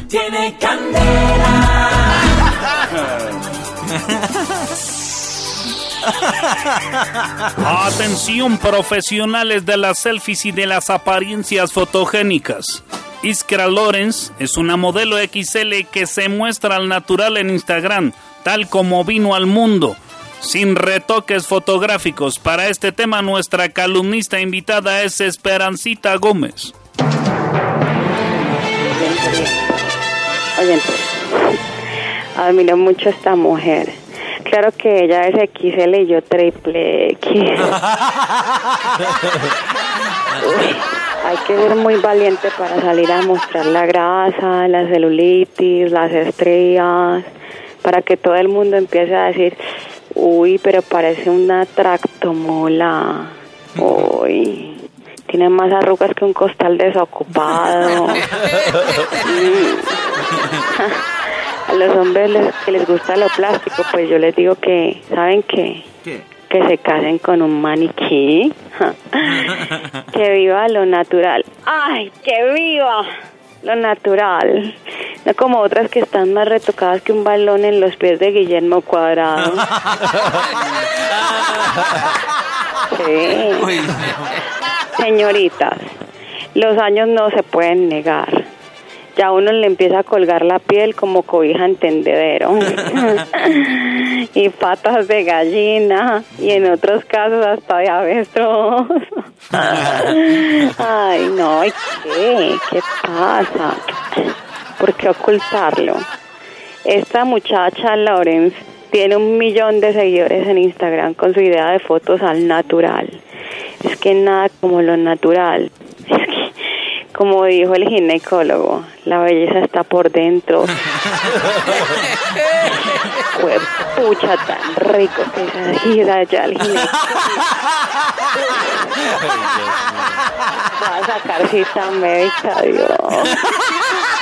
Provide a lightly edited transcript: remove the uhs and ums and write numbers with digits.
tiene candela. Atención, profesionales de las selfies y de las apariencias fotogénicas. Iskra Lawrence es una modelo XL que se muestra al natural en Instagram, tal como vino al mundo, sin retoques fotográficos. Para este tema, nuestra columnista invitada es Esperancita Gómez. Oye, admiro mucho a esta mujer. Claro que ella es XL y yo triple X. Hay que ser muy valiente para salir a mostrar la grasa, la celulitis, las estrías, para que todo el mundo empiece a decir, uy, pero parece una tractomola. Uy, tiene más arrugas que un costal desocupado. A los hombres que les gusta lo plástico, pues yo les digo que, ¿saben qué? ¿Qué? Que se casen con un maniquí. Que viva lo natural. ¡Ay, que viva lo natural! No como otras que están más retocadas que un balón en los pies de Guillermo Cuadrado. Sí. Señoritas, los años no se pueden negar. Ya uno le empieza a colgar la piel como cobija en tendedero. Y patas de gallina. Y en otros casos hasta de avestruz. Ay, no, ¿y qué? ¿Qué pasa? ¿Por qué ocultarlo? Esta muchacha, Lawrence, tiene 1 millón de seguidores en Instagram con su idea de fotos al natural. Es que nada como lo natural. Es que, como dijo el ginecólogo, la belleza está por dentro. Pues, pucha, tan rico que se gira ya el ginecólogo. Va a sacar cita médica, Dios.